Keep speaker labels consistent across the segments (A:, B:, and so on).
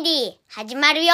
A: ミリー始まるよ。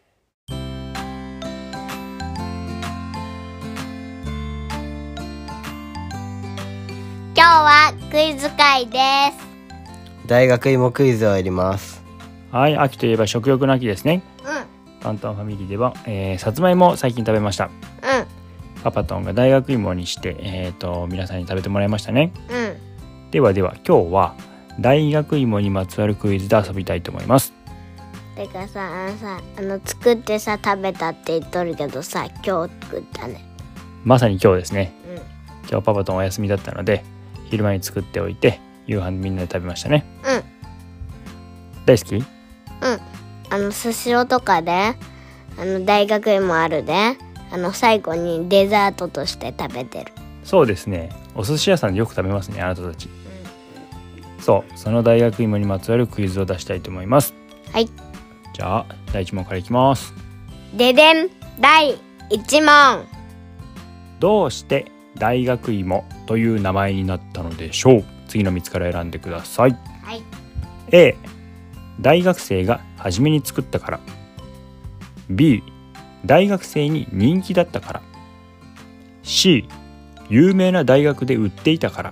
A: 今日はクイズ会です。
B: 大学芋クイズをやります。
C: はい、秋といえば食欲の秋ですね。パンタンファミリーでは、さつまいもを最近食べました。パパトンが大学芋にして、皆さんに食べてもらいましたね。では今日は大学芋にまつわるクイズで遊びたいと思います。
A: てかさ、作ってさ食べたって言っとるけどさ、今日作ったね。
C: まさに今日ですね。今日パパトンお休みだったので昼間に作っておいて夕飯みんなで食べましたね。大好き？
A: スシローとかで大学芋あるで、最後にデザートとして食べてる。
C: そうですね。お寿司屋さんでよく食べますね、あなたたち。その大学芋にまつわるクイズを出したいと思います。
A: はい。
C: じゃあ第1問からいきます。
A: ででん、第1問。
C: どうして大学芋という名前になったのでしょう。次の3つから選んでください。
A: はい。
C: A、 大学生が初めに作ったから。 B、 大学生に人気だったから。 C、 有名な大学で売っていたから。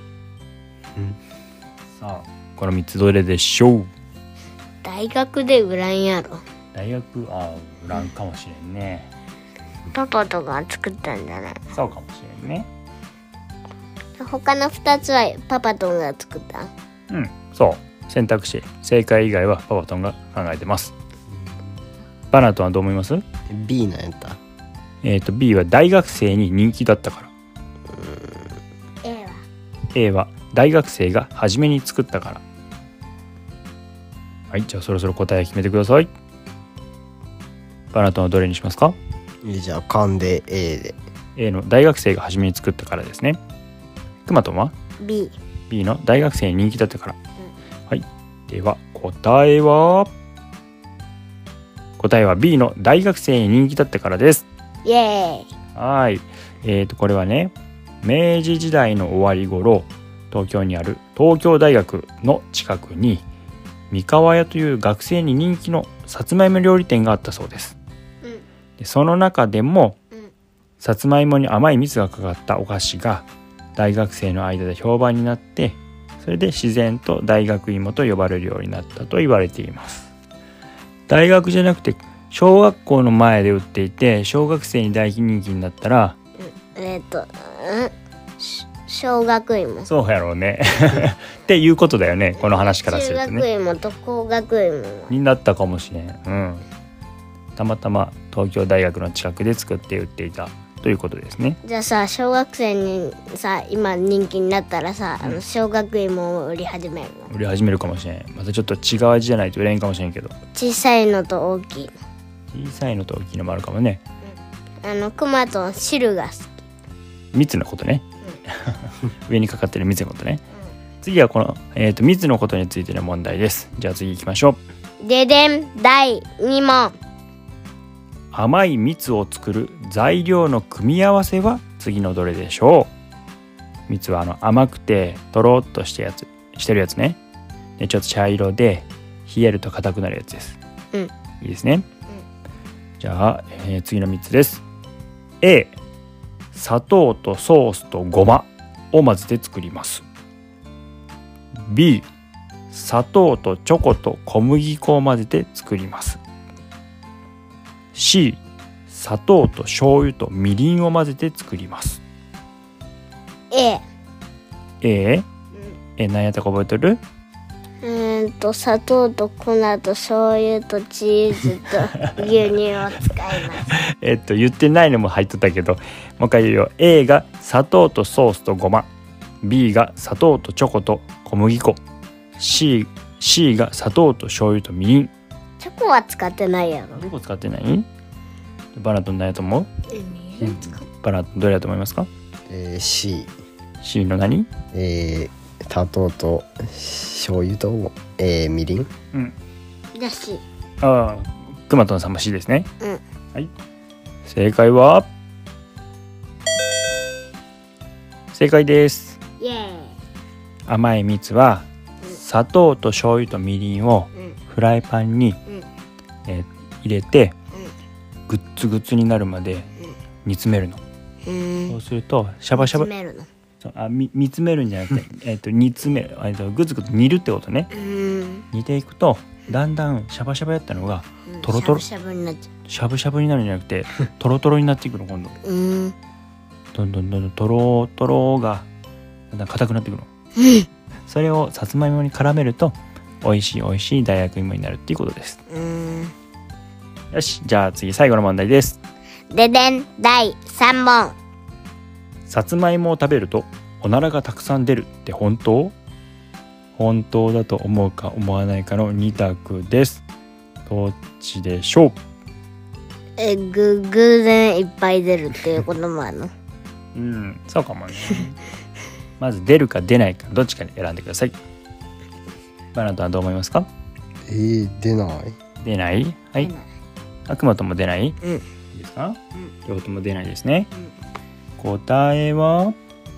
C: さあこの3つどれでしょう。
A: 大学で売らんやろ。
C: 大学売らんかもしれんね。
A: パパとか作ったんじゃない？
C: そうかもしれんね。
A: 他の2つはパパとが作った？
C: そう選択肢正解以外はパパトンが考えてます。バナトンはどう思います？
B: B なんやった。
C: B は大学生に人気だったから。A は大学生が初めに作ったから。はい、じゃあそろそろ答えを決めてください。バナトンはどれにしますか？
B: じゃあ勘で A で。
C: A の大学生が初めに作ったからですね。くまとんは
A: B
C: の大学生に人気だったから。はい、では答えは B の大学生に人気だったからです。
A: イエーイ。
C: はい、これはね、明治時代の終わり頃、東京にある東京大学の近くに三河屋という学生に人気のさつまいも料理店があったそうです。でその中でも、さつまいもに甘い蜜がかかったお菓子が大学生の間で評判になって、それで自然と大学芋と呼ばれるようになったと言われています。大学じゃなくて小学校の前で売っていて、小学生に大人気になったら、
A: 小学芋。
C: そうやろうねっていうことだよね、この話からするとね。
A: 中学芋と高学芋
C: になったかもしれん。たまたま東京大学の近くで作って売っていたということですね。
A: じゃあさ、小学生にさ今人気になったらさ、小学芋を売り始めるの？
C: 売り始めるかもしれん。またちょっと違う味じゃないと売れんかもしれんけど。
A: 小さいのと大きい
C: 小さいのと大きいのもあるかもね。
A: クマと汁が好き。
C: 蜜のことね、上にかかってる蜜のことね。次はこの、蜜のことについての問題です。じゃあ次行きましょう。
A: ででん、第2問。
C: 甘い蜜を作る材料の組み合わせは次のどれでしょう。蜜は甘くてとろっとしてるやつね。でちょっと茶色で冷えると硬くなるやつです。いいですね。じゃあ、次の3つです。 A、 砂糖とソースとごまを混ぜて作ります。 B、 砂糖とチョコと小麦粉を混ぜて作ります。 C、 砂糖と醤油とみりんを混ぜて作ります。
A: A、
C: 何やったか覚えてる？
A: 砂糖と粉と醤油とチーズと牛乳を使います
C: 言ってないのも入っとったけど、もう一回言うよ。 A が砂糖とソースとごま、 B が砂糖とチョコと小麦粉、 C が砂糖と醤油とみりん。
A: チョコは使ってないやろ。
C: チョコ使ってない？バナトン何やと思う？バナトンどれやと思いますか
B: ？C
C: の何？
B: 砂糖と醤油と、みりん。
A: じゃあ C。
C: くまとんさんも C ですね。はい、正解は正解です。
A: イエーイ。
C: 甘い蜜は砂糖と醤油とみりんをフライパンに入れてグッツグツになるまで煮詰めるの。そうするとシャバシャバ煮詰めるんじゃなくて煮詰めるグツグツ煮るってことね。煮ていくとだんだんシャバシャバやったのがトロトロ、
A: しゃぶしゃぶになっちゃ
C: しゃぶしゃぶになるんじゃなくてトロトロになっていくの。今度
A: う。
C: どんどんトロトロがだんだん硬くなっていくの。それをさつまいもに絡めると美味しい大学芋になるっていうことです。よし、じゃあ次最後の問題です。
A: ででん、第3問。
C: さつまいもを食べるとおならがたくさん出るって本当？本当だと思うか思わないかの2択です。どっちでしょう？
A: 偶然いっぱい出るっていうこともあるの？
C: そうかもね。まず出るか出ないかどっちかに選んでください。バナトはどう思いますか？
B: 出ない。
C: 出ない？はい。悪魔とも出ない？いいですか？両方とも出ないですね。答えは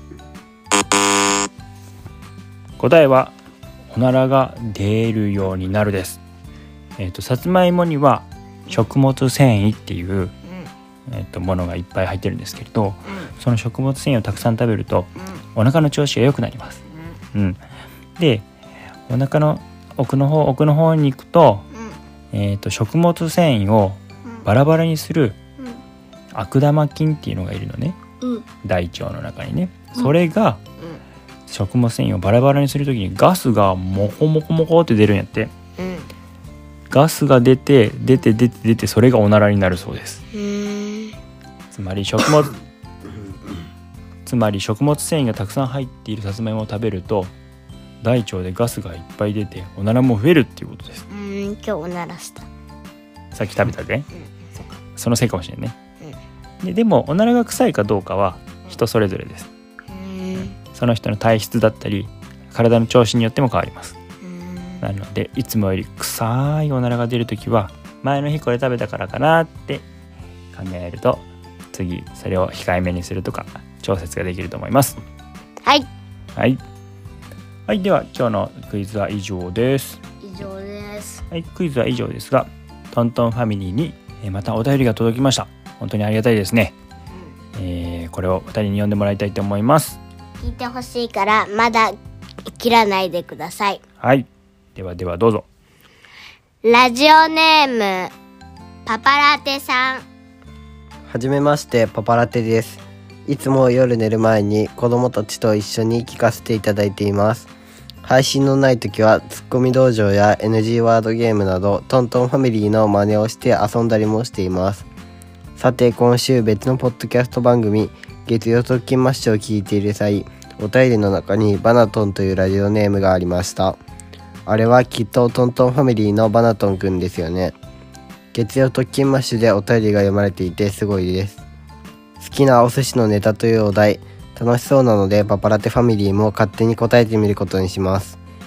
C: おならが出るようになるです。さつまいもには食物繊維っていう、ものがいっぱい入ってるんですけれど、その食物繊維をたくさん食べるとお腹の調子が良くなります。でお腹の奥の方に行くと、食物繊維をバラバラにする悪玉菌っていうのがいるのね、大腸の中にね。それが食物繊維をバラバラにするときにガスがモコモコモコって出るんやって、ガスが出てそれがおならになるそうです。つまり食物繊維がたくさん入っているさつまいもを食べると大腸でガスがいっぱい出ておならも増えるっていうことです。
A: 今日おならした。
C: さっき食べたで、そのせいかもしれんね。でもおならが臭いかどうかは人それぞれです。その人の体質だったり体の調子によっても変わります。なのでいつもより臭いおならが出るときは前の日これ食べたからかなって考えると次それを控えめにするとか調節ができると思います。はい、では今日のクイズは以上です。クイズは以上ですが、トントンファミリーにまたお便りが届きました。本当にありがたいですね。これを2人に読んでもらいたいと思います。
A: 聞いてほしいからまだ切らないでください。
C: ではどうぞ。
A: ラジオネームパパラテさん。
B: はじめまして、パパラテです。いつも夜寝る前に子供たちと一緒に聞かせていただいています。配信のない時はツッコミ道場や NG ワードゲームなどトントンファミリーの真似をして遊んだりもしています。さて今週別のポッドキャスト番組月曜特勤マッシュを聞いている際、お便りの中にバナトンというラジオネームがありました。あれはきっとトントンファミリーのバナトンくんですよね。月曜特勤マッシュでお便りが読まれていてすごいです。好きなお寿司のネタというお題、楽しそうなのでパパラテファミリーも勝手に答えてみることにします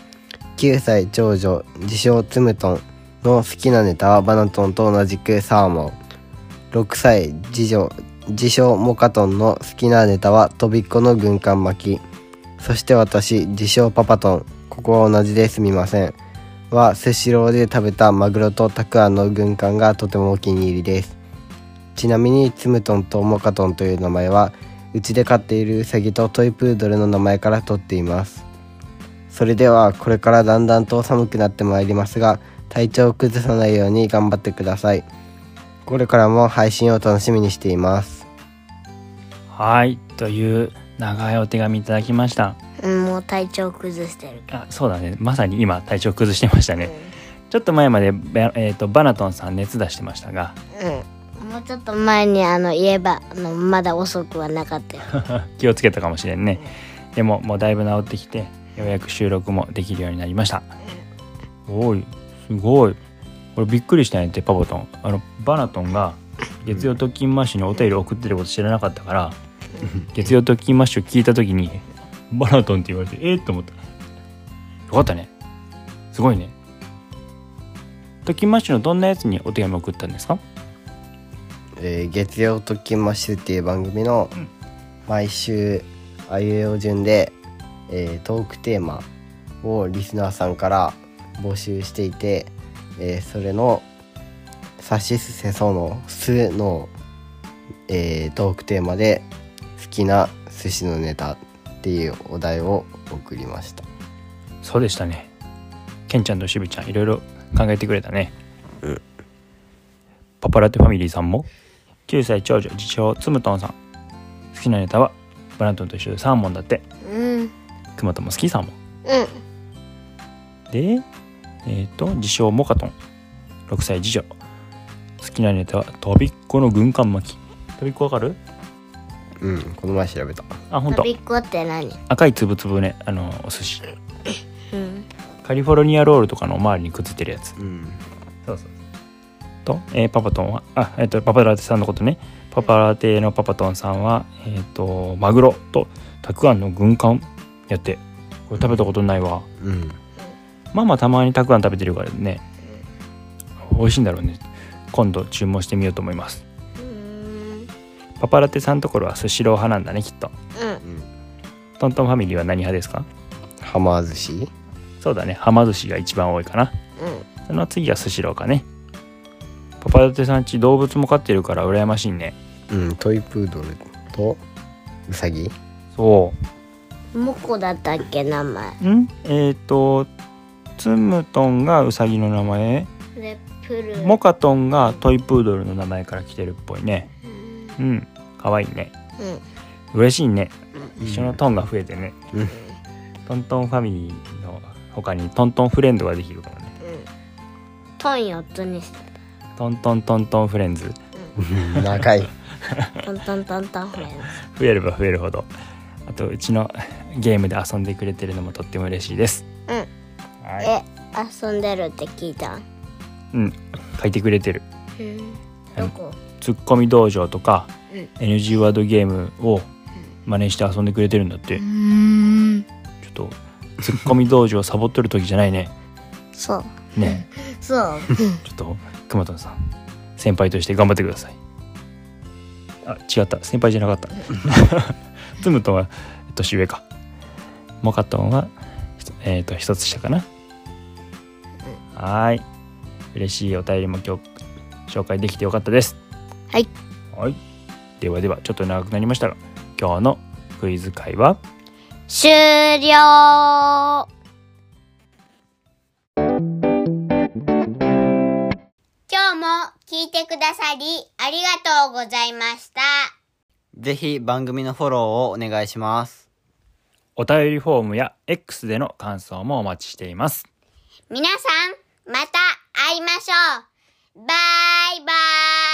B: 。9歳長女自称ツムトンの好きなネタはバナトンと同じくサーモン。6歳次女自称モカトンの好きなネタはとびっこの軍艦巻き。そして私自称パパトン、ここは同じですみませんはスシローで食べたマグロとたくあんの軍艦がとてもお気に入りです。ちなみにツムトンとモカトンという名前はうちで飼っているウサギとトイプードルの名前から取っています。それではこれからだんだんと寒くなってまいりますが、体調を崩さないように頑張ってください。これからも配信を楽しみにしています。
C: という長いお手紙いただきました。
A: もう体調崩してる。
C: そうだね、まさに今体調崩してましたね。ちょっと前までバナトンさん熱出してましたが、
A: もうちょっと前に言えばまだ遅くはなかったよ。
C: 気をつけたかもしれんね。でももうだいぶ治ってきてようやく収録もできるようになりました。おいすごい、これびっくりしたんやって。パパトンバナトンが月曜特勤マッシュにお便り送ってること知らなかったから月曜特勤マッシュ聞いた時にバナトンって言われてと思った。よかったね、すごいね。特勤マッシュのどんなやつにお手紙送ったんですか？
B: 月曜特勤マッシュっていう番組の毎週あいうえお順で、トークテーマをリスナーさんから募集していて、それのさしすせそのすの、トークテーマで好きな寿司のネタっていうお題を送りました。
C: そうでしたね。ケンちゃんとしぶちゃんいろいろ考えてくれたね。パパラテファミリーさんも9歳長女自称つむとんさん、好きなネタはブラントンと一緒でサーモンだって。くまとも好きサーモン。で自称モカトン6歳次女、好きなネタはとびっこの軍艦巻き。とびっこわかる？
B: この前調べた。
C: あ、ほんと。
A: とびっこって何？
C: 赤いつぶつぶね、お寿司。カリフォルニアロールとかの周りにくっついてるやつ。そうそう。と、パパトンはパパラテさんのことね。パパラテのパパトンさんはマグロとたくあんの軍艦やって、これ食べたことないわ。ママたまにたくあん食べてるからね、美味しいんだろうね。今度注文してみようと思います。パパラテさんのところはスシロー派なんだね、きっと。トントンファミリーは何派ですか？
B: はま寿司？
C: そうだね、はま寿司が一番多いかな。その次はスシローかね。パパラテさんち動物も飼ってるから羨ましいね。
B: トイプードルとウサギ。
C: そ
A: モコだったっけ名前？
C: ツムトンがウサギの名前、
A: でプル
C: モカトンがトイプードルの名前から来てるっぽいね。かわいいね。嬉しいね。一緒のトンが増えてね。トントンファミリーの他にトントンフレンドができるからね。
A: トン4つにして
C: トントントントンフレンズ。
B: 長い。
A: トントントントンフレンズ。
C: 増えれば増えるほど、あとうちのゲームで遊んでくれてるのもとっても嬉しいです。
A: 遊んでるって聞いた。
C: 書いてくれてる。
A: どこ？
C: ツッコミ道場とか、NG ワードゲームを真似して遊んでくれてるんだって。ちょっとツッコミ道場サボっとる時じゃないね。
A: そう
C: ね。
A: そう
C: ちょっとくまとんさん、先輩として頑張ってください。あ、違った、先輩じゃなかった。ツムトンは年上か。モカトンは一つ下かな。はい、嬉しいお便りも今日紹介できてよかったです。
A: はい、
C: ではではちょっと長くなりましたが、今日のクイズ会は
A: 終了。今日も聞いてくださりありがとうございました。
B: ぜひ番組のフォローをお願いします。
C: お便りフォームや X での感想もお待ちしています。
A: 皆さんまた会いましょう。バイバイ。